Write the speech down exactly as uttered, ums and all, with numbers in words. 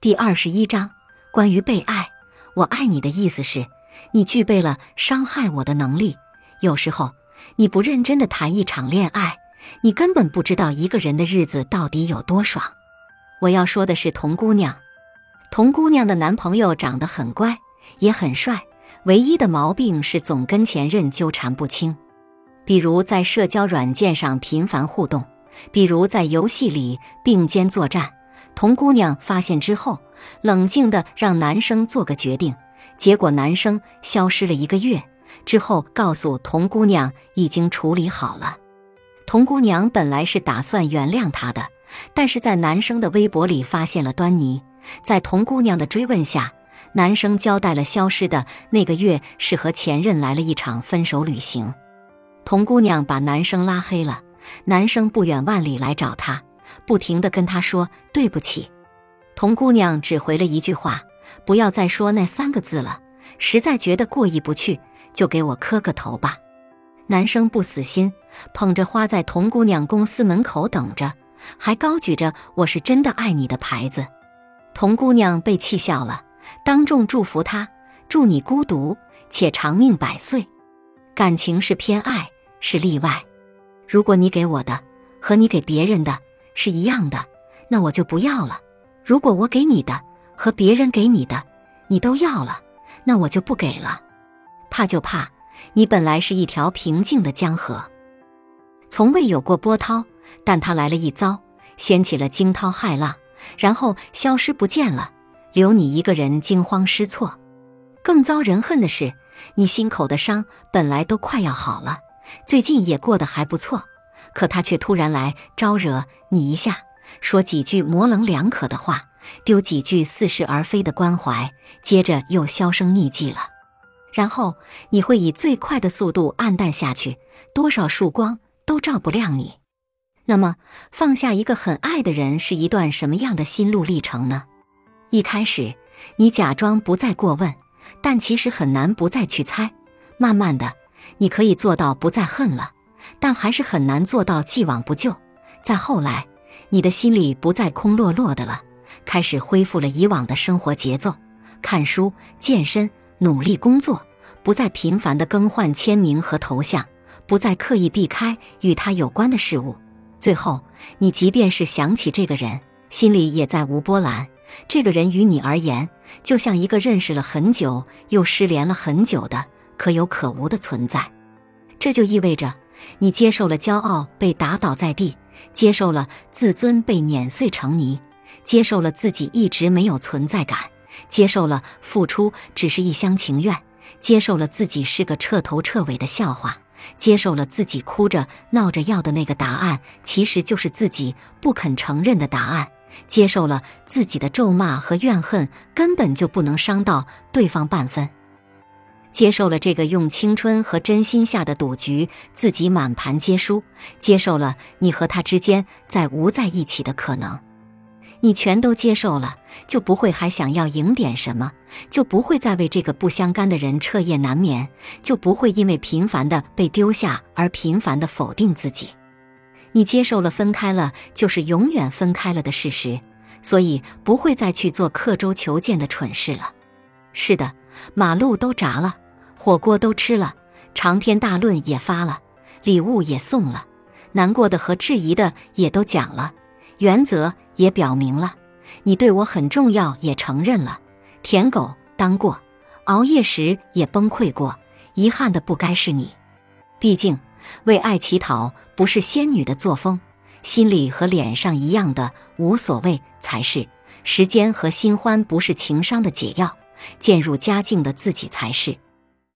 第二十一章，关于被爱。我爱你的意思是，你具备了伤害我的能力。有时候，你不认真地谈一场恋爱，你根本不知道一个人的日子到底有多爽。我要说的是童姑娘。童姑娘的男朋友长得很乖，也很帅，唯一的毛病是总跟前任纠缠不清。比如在社交软件上频繁互动，比如在游戏里并肩作战。童姑娘发现之后，冷静地让男生做个决定，结果男生消失了一个月之后，告诉童姑娘已经处理好了。童姑娘本来是打算原谅他的，但是在男生的微博里发现了端倪。在童姑娘的追问下，男生交代了消失的那个月是和前任来了一场分手旅行。童姑娘把男生拉黑了，男生不远万里来找她，不停地跟她说对不起。童姑娘只回了一句话，不要再说那三个字了，实在觉得过意不去，就给我磕个头吧。男生不死心，捧着花在童姑娘公司门口等着，还高举着我是真的爱你的牌子。童姑娘被气笑了，当众祝福他，祝你孤独且长命百岁。感情是偏爱，是例外。如果你给我的和你给别人的是一样的，那我就不要了。如果我给你的和别人给你的你都要了，那我就不给了。怕就怕你本来是一条平静的江河，从未有过波涛，但它来了一遭，掀起了惊涛骇浪，然后消失不见了，留你一个人惊慌失措。更遭人恨的是，你心口的伤本来都快要好了，最近也过得还不错，可他却突然来招惹你一下，说几句模棱两可的话，丢几句似是而非的关怀，接着又销声匿迹了。然后你会以最快的速度暗淡下去，多少束光都照不亮你。那么放下一个很爱的人是一段什么样的心路历程呢？一开始你假装不再过问，但其实很难不再去猜。慢慢的你可以做到不再恨了，但还是很难做到既往不咎。再后来你的心里不再空落落的了，开始恢复了以往的生活节奏，看书、健身、努力工作，不再频繁地更换签名和头像，不再刻意避开与他有关的事物。最后你即便是想起这个人，心里也再无波澜。这个人于你而言，就像一个认识了很久又失联了很久的可有可无的存在。这就意味着你接受了骄傲被打倒在地，接受了自尊被碾碎成泥，接受了自己一直没有存在感，接受了付出只是一厢情愿，接受了自己是个彻头彻尾的笑话，接受了自己哭着闹着要的那个答案其实就是自己不肯承认的答案，接受了自己的咒骂和怨恨根本就不能伤到对方半分，接受了这个用青春和真心下的赌局自己满盘皆输，接受了你和他之间再无在一起的可能。你全都接受了，就不会还想要赢点什么，就不会再为这个不相干的人彻夜难眠，就不会因为频繁的被丢下而频繁的否定自己。你接受了分开了就是永远分开了的事实，所以不会再去做刻舟求剑的蠢事了。是的，马路都炸了，火锅都吃了，长篇大论也发了，礼物也送了，难过的和质疑的也都讲了，原则也表明了，你对我很重要也承认了，舔狗当过，熬夜时也崩溃过，遗憾的不该是你。毕竟为爱乞讨不是仙女的作风，心里和脸上一样的无所谓才是，时间和新欢不是情伤的解药，渐入佳境的自己才是。